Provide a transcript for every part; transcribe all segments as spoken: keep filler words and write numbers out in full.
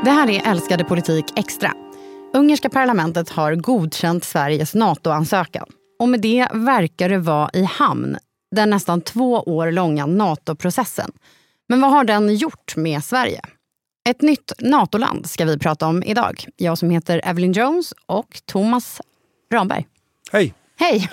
Det här är Älskade politik extra. Ungerska parlamentet har godkänt Sveriges NATO-ansökan. Och med det verkar det vara i hamn, den nästan två år långa NATO-processen. Men vad har den gjort med Sverige? Ett nytt NATO-land ska vi prata om idag. Jag som heter Evelyn Jones och Thomas Ramberg. Hej! Hej!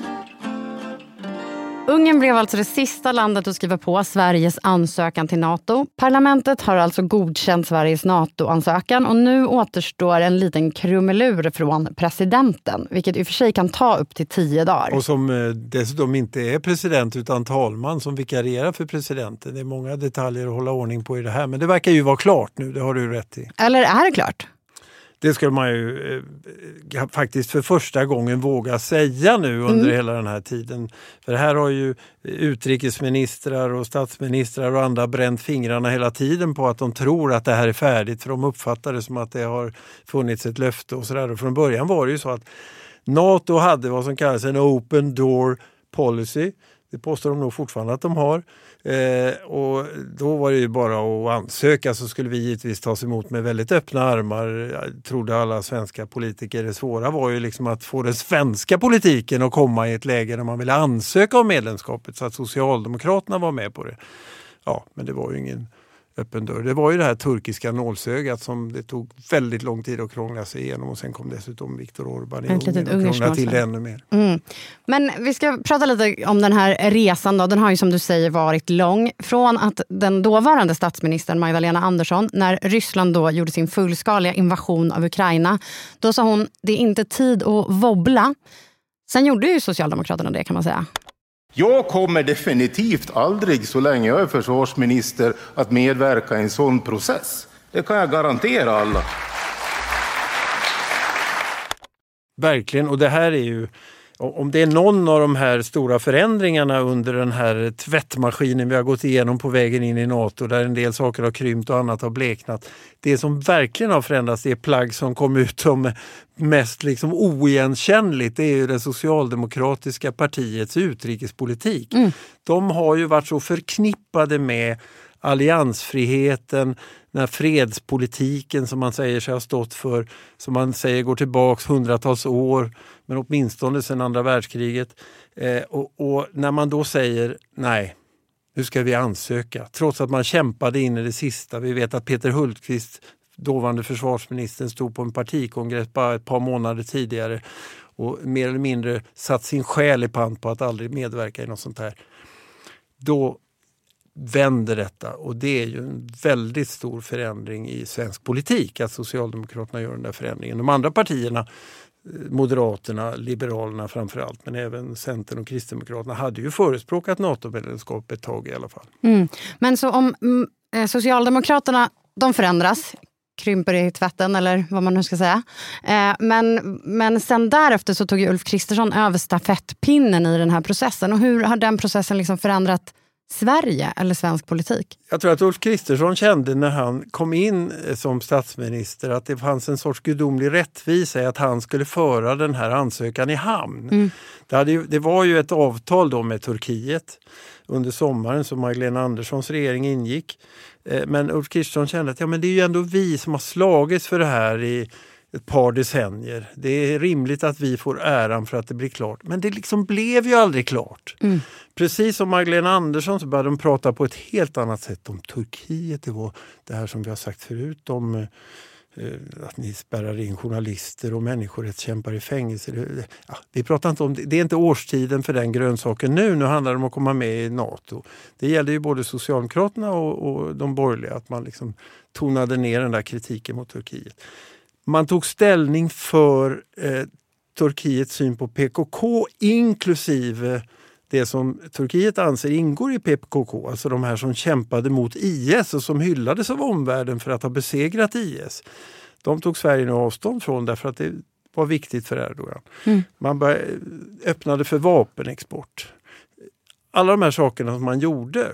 Ungern blev alltså det sista landet att skriva på Sveriges ansökan till NATO. Parlamentet har alltså godkänt Sveriges NATO-ansökan och nu återstår en liten krumelur från presidenten, vilket i och för sig kan ta upp till tio dagar. Och som eh, dessutom inte är president utan talman som vikarierar för presidenten. Det är många detaljer att hålla ordning på i det här, men det verkar ju vara klart nu, det har du rätt i. Eller är det klart? Det skulle man ju eh, faktiskt för första gången våga säga nu under mm. hela den här tiden. För här har ju utrikesministrar och statsministrar och andra bränt fingrarna hela tiden på att de tror att det här är färdigt. För de uppfattar det som att det har funnits ett löfte och sådär. Och från början var det ju så att NATO hade vad som kallas en open door policy. Det påstår de nog fortfarande att de har. Eh, och då var det ju bara att ansöka, så skulle vi givetvis tas emot med väldigt öppna armar. Jag trodde alla svenska politiker. Det svåra var ju liksom att få den svenska politiken att komma i ett läge där man ville ansöka om medlemskapet, så att Socialdemokraterna var med på det. Ja, men det var ju ingen öppen dörr. Det var ju det här turkiska nålsögat som det tog väldigt lång tid att krångla sig igenom, och sen kom dessutom Viktor Orbán i Ungern och krångla till det ännu mer. Mm. Men vi ska prata lite om den här resan då. Den har ju som du säger varit lång. Från att den dåvarande statsministern Magdalena Andersson, när Ryssland då gjorde sin fullskaliga invasion av Ukraina, då sa hon, det är inte tid att wobbla. Sen gjorde ju Socialdemokraterna det, kan man säga. Jag kommer definitivt aldrig, så länge jag är försvarsminister, att medverka i en sån process. Det kan jag garantera alla. Verkligen, och det här är ju, om det är någon av de här stora förändringarna under den här tvättmaskinen vi har gått igenom på vägen in i NATO, där en del saker har krympt och annat har bleknat. Det som verkligen har förändrats, det är plagg som kom ut som mest liksom oigenkännligt, det är ju det socialdemokratiska partiets utrikespolitik. Mm. De har ju varit så förknippade med alliansfriheten, den här fredspolitiken som man säger sig ha stått för, som man säger går tillbaks hundratals år, men åtminstone sedan andra världskriget. Eh, och, och när man då säger nej, nu ska vi ansöka, trots att man kämpade in i det sista. Vi vet att Peter Hultqvist, dåvarande försvarsministern, stod på en partikongress bara ett par månader tidigare och mer eller mindre satt sin själ i pant på att aldrig medverka i något sånt här. Då vänder detta, och det är ju en väldigt stor förändring i svensk politik att Socialdemokraterna gör den där förändringen. De andra partierna, Moderaterna, Liberalerna framförallt, men även Centern och Kristdemokraterna hade ju förespråkat NATO-medlemskap ett tag i alla fall. Mm. Men så om mm, Socialdemokraterna, de förändras, krymper i tvätten eller vad man nu ska säga. Eh, men, men sen därefter så tog ju Ulf Kristersson över stafettpinnen i den här processen. Och hur har den processen liksom förändrat Sverige eller svensk politik? Jag tror att Ulf Kristersson kände när han kom in som statsminister att det fanns en sorts gudomlig rättvisa i att han skulle föra den här ansökan i hamn. Mm. Det, hade ju, det var ju ett avtal då med Turkiet under sommaren som Magdalena Anderssons regering ingick. Men Ulf Kristersson kände att ja, men det är ju ändå vi som har slagits för det här i ett par decennier. Det är rimligt att vi får äran för att det blir klart. Men det liksom blev ju aldrig klart. Mm. Precis som Magdalena Andersson så började de prata på ett helt annat sätt om Turkiet. Det var det här som vi har sagt förut om eh, att ni spärrar in journalister och människorättskämpar i fängelse. Ja, vi pratar inte om det. Det är inte årstiden för den grönsaken nu. Nu handlar det om att komma med i NATO. Det gäller ju både Socialdemokraterna och, och de borgerliga, att man liksom tonade ner den där kritiken mot Turkiet. Man tog ställning för eh, Turkiets syn på P K K, inklusive det som Turkiet anser ingår i P K K. Alltså de här som kämpade mot I S och som hyllades av omvärlden för att ha besegrat I S. De tog Sverige nu avstånd från därför att det var viktigt för Erdogan. Mm. Man började, öppnade för vapenexport. Alla de här sakerna som man gjorde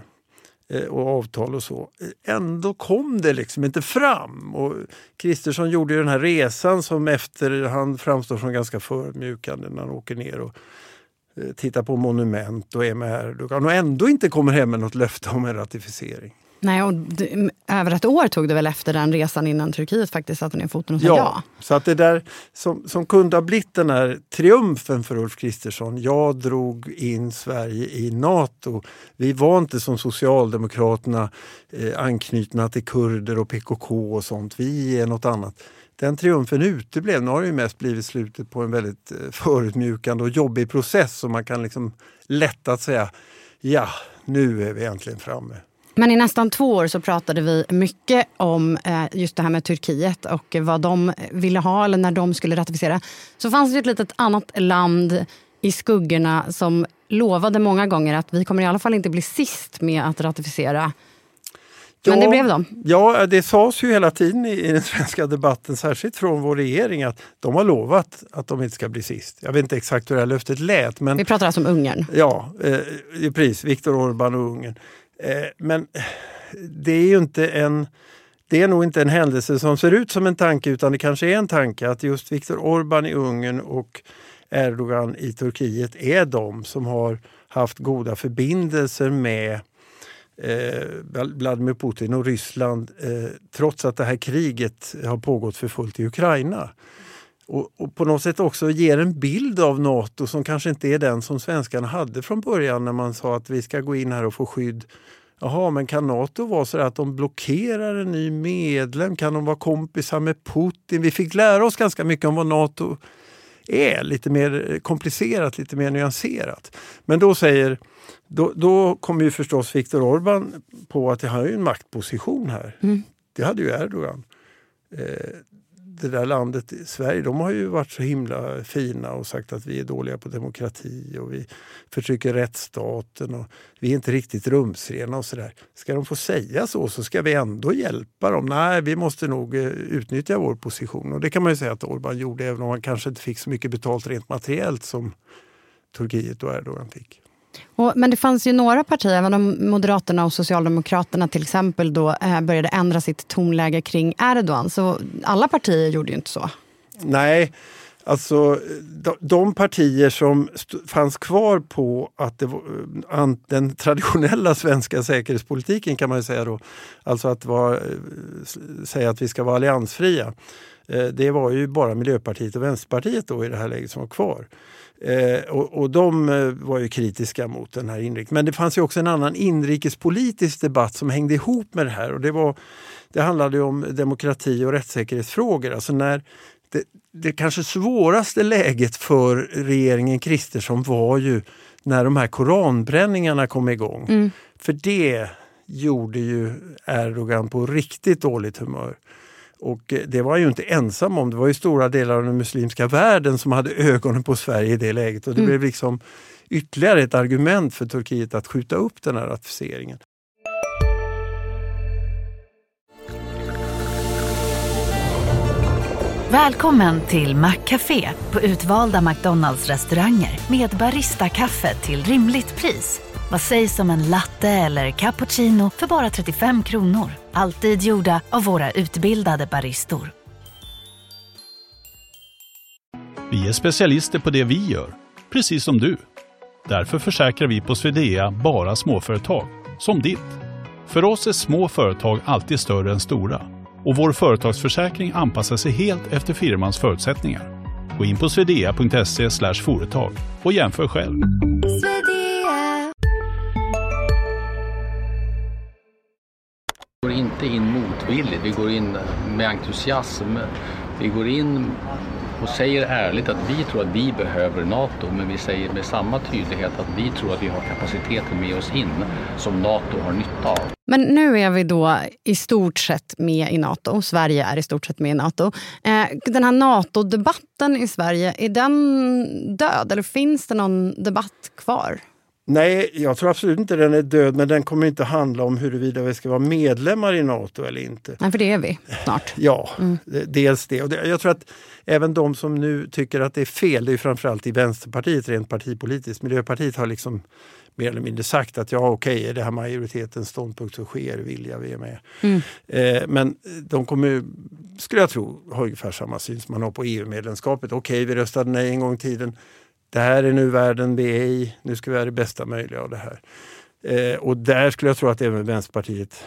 och avtal och så, ändå kom det liksom inte fram. Och Kristersson gjorde ju den här resan som efter han framstår som ganska förmjukande när han åker ner och tittar på monument och är med Erdogan och ändå inte kommer hem med något löfte om en ratificering. Nej, och det, över ett år tog det väl efter den resan innan Turkiet faktiskt satte ner foten och sa ja. ja. Så att det där som, som kunde ha blivit den här triumfen för Ulf Kristersson. Jag drog in Sverige i NATO. Vi var inte som Socialdemokraterna eh, anknutna till kurder och P K K och sånt. Vi är något annat. Den triumfen uteblev. Nu har det ju mest blivit slutet på en väldigt förutmjukande och jobbig process som man kan liksom lätt att säga, ja, nu är vi äntligen framme. Men i nästan två år så pratade vi mycket om eh, just det här med Turkiet och vad de ville ha eller när de skulle ratificera. Så fanns det ett litet annat land i skuggorna som lovade många gånger att vi kommer i alla fall inte bli sist med att ratificera. Men ja, det blev de. Ja, det sades ju hela tiden i, i den svenska debatten, särskilt från vår regering, att de har lovat att de inte ska bli sist. Jag vet inte exakt hur det här löftet lät. Men, vi pratar alltså om Ungern. Ja, eh, precis. Viktor Orbán och Ungern. Eh, men det är ju inte en... Det är nog inte en händelse som ser ut som en tanke, utan det kanske är en tanke att just Viktor Orbán i Ungern och Erdogan i Turkiet är de som har haft goda förbindelser med eh, Vladimir Putin och Ryssland eh, trots att det här kriget har pågått för fullt i Ukraina. Och, och på något sätt också ger en bild av NATO som kanske inte är den som svenskarna hade från början när man sa att vi ska gå in här och få skydd. Jaha, men kan NATO vara så att de blockerar en ny medlem? Kan de vara kompisar med Putin? Vi fick lära oss ganska mycket om vad NATO är. Lite mer komplicerat, lite mer nyanserat. Men då säger, då, då kommer ju förstås Viktor Orbán på att det har ju en maktposition här. Mm. Det hade ju Erdogan. Eh, det där landet, Sverige, de har ju varit så himla fina och sagt att vi är dåliga på demokrati och vi förtrycker rättsstaten och vi är inte riktigt rumsrena och sådär. Ska de få säga så så ska vi ändå hjälpa dem. Nej, vi måste nog utnyttja vår position. Och det kan man ju säga att Orbán gjorde, även om han kanske inte fick så mycket betalt rent materiellt som Turkiet och Erdogan fick. Och, men det fanns ju några partier, även om Moderaterna och Socialdemokraterna till exempel då eh, började ändra sitt tonläge kring Erdogan. Så alla partier gjorde ju inte så. Nej, alltså de, de partier som st- fanns kvar på att det var, an, den traditionella svenska säkerhetspolitiken kan man ju säga då. Alltså att var, säga att vi ska vara alliansfria. Eh, det var ju bara Miljöpartiet och Vänsterpartiet då i det här läget som var kvar. Eh, och, och de eh, var ju kritiska mot den här inriktningen. Men det fanns ju också en annan inrikespolitisk debatt som hängde ihop med det här. Och det, var, det handlade ju om demokrati- och rättssäkerhetsfrågor. Alltså när det, det kanske svåraste läget för regeringen Kristersson var ju när de här koranbränningarna kom igång. Mm. För det gjorde ju Erdogan på riktigt dåligt humör. Och det var ju inte ensam om, det var ju stora delar av den muslimska världen som hade ögonen på Sverige i det läget. Och det mm. blev liksom ytterligare ett argument för Turkiet att skjuta upp den här ratificeringen. Välkommen till McCafé på utvalda McDonalds-restauranger med barista-kaffe till rimligt pris. Vad sägs om en latte eller cappuccino för bara trettiofem kronor? Alltid gjorda av våra utbildade baristor. Vi är specialister på det vi gör, precis som du. Därför försäkrar vi på Swedea bara småföretag, som ditt. För oss är små företag alltid större än stora. Och vår företagsförsäkring anpassar sig helt efter firmans förutsättningar. Gå in på swedea punkt se slash företag och jämför själv. Vi går inte in motvilligt, vi går in med entusiasm. Vi går in och säger ärligt att vi tror att vi behöver NATO, men vi säger med samma tydlighet att vi tror att vi har kapaciteten med oss in som NATO har nytta av. Men nu är vi då i stort sett med i NATO. Sverige är i stort sett med i NATO. Den här NATO-debatten i Sverige, är den död eller finns det någon debatt kvar? Nej, jag tror absolut inte den är död, men den kommer inte handla om huruvida vi ska vara medlemmar i NATO eller inte. Nej, för det är vi snart. Ja, mm. dels det. Och det, jag tror att även de som nu tycker att det är fel, det är framförallt i Vänsterpartiet rent partipolitiskt. Miljöpartiet har liksom mer eller mindre sagt att ja, okej, är det här majoritetens ståndpunkt så sker, vilja vi är med. Mm. Eh, men de kommer, skulle jag tro, ha ungefär samma syn som man har på E U-medlemskapet. Okej, vi röstade nej en gång i tiden. Det här är nu världen vi är i. Nu ska vi göra det bästa möjliga av det här. Eh, och där skulle jag tro att även Vänsterpartiet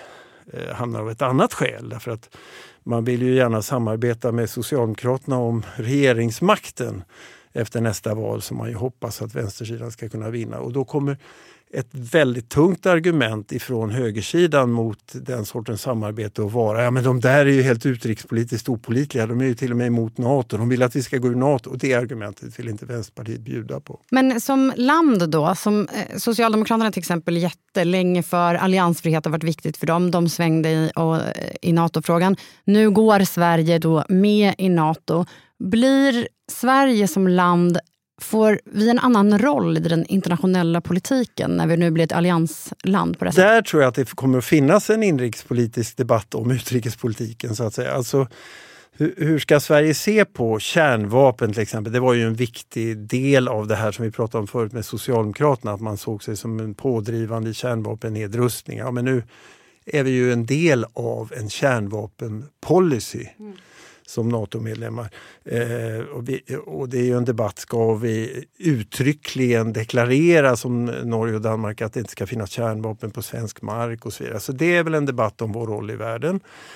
eh, hamnar av ett annat skäl. Därför att man vill ju gärna samarbeta med Socialdemokraterna om regeringsmakten efter nästa val, som man ju hoppas att vänstersidan ska kunna vinna. Och då kommer ett väldigt tungt argument ifrån högersidan mot den sortens samarbete att vara, ja men de där är ju helt utrikespolitiskt opålitliga, de är ju till och med emot NATO, de vill att vi ska gå ur NATO, och det argumentet vill inte Vänsterpartiet bjuda på. Men som land då, som Socialdemokraterna till exempel jättelänge för alliansfrihet har varit viktigt för dem, de svängde i, och, i NATO-frågan. Nu går Sverige då med i NATO. Blir Sverige som land, får vi en annan roll i den internationella politiken när vi nu blir ett alliansland på det sättet? Där tror jag att det kommer att finnas en inrikespolitisk debatt om utrikespolitiken, så att säga. Alltså, hur, hur ska Sverige se på kärnvapen till exempel? Det var ju en viktig del av det här som vi pratade om förut med Socialdemokraterna, att man såg sig som en pådrivande kärnvapennedrustning. Ja, men nu är vi ju en del av en kärnvapenpolicy. Mm. Som NATO-medlemmar. Eh, och, vi, och det är ju en debatt, ska vi uttryckligen deklarera som Norge och Danmark att det inte ska finnas kärnvapen på svensk mark och så vidare. Så det är väl en debatt om vår roll i världen.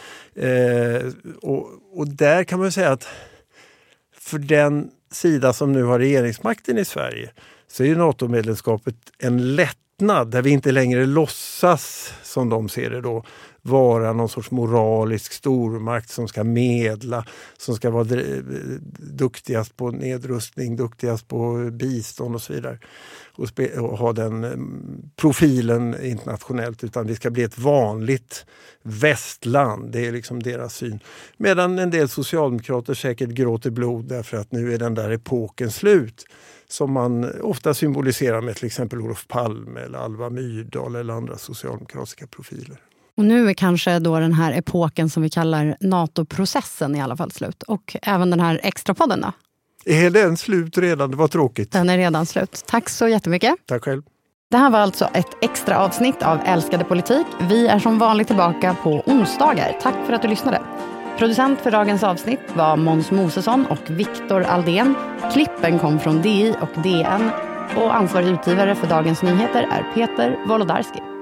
Eh, och, och där kan man säga att för den sida som nu har regeringsmakten i Sverige så är ju NATO-medlemskapet en lättnad där vi inte längre låtsas, som de ser det då, vara någon sorts moralisk stormakt som ska medla, som ska vara duktigast på nedrustning, duktigast på bistånd och så vidare. Och, spe- och ha den profilen internationellt, utan vi ska bli ett vanligt västland. Det är liksom deras syn. Medan en del socialdemokrater säkert gråter blod därför att nu är den där epoken slut. Som man ofta symboliserar med till exempel Olof Palme eller Alva Myrdal eller andra socialdemokratiska profiler. Och nu är kanske då den här epoken som vi kallar NATO-processen i alla fall slut. Och även den här extrapodden då? Är den slut redan? Det var tråkigt. Den är redan slut. Tack så jättemycket. Tack själv. Det här var alltså ett extra avsnitt av Älskade politik. Vi är som vanligt tillbaka på onsdagar. Tack för att du lyssnade. Producent för dagens avsnitt var Måns Mosesson och Viktor Aldén. Klippen kom från D I och D N. Och ansvarig utgivare för Dagens Nyheter är Peter Wolodarski.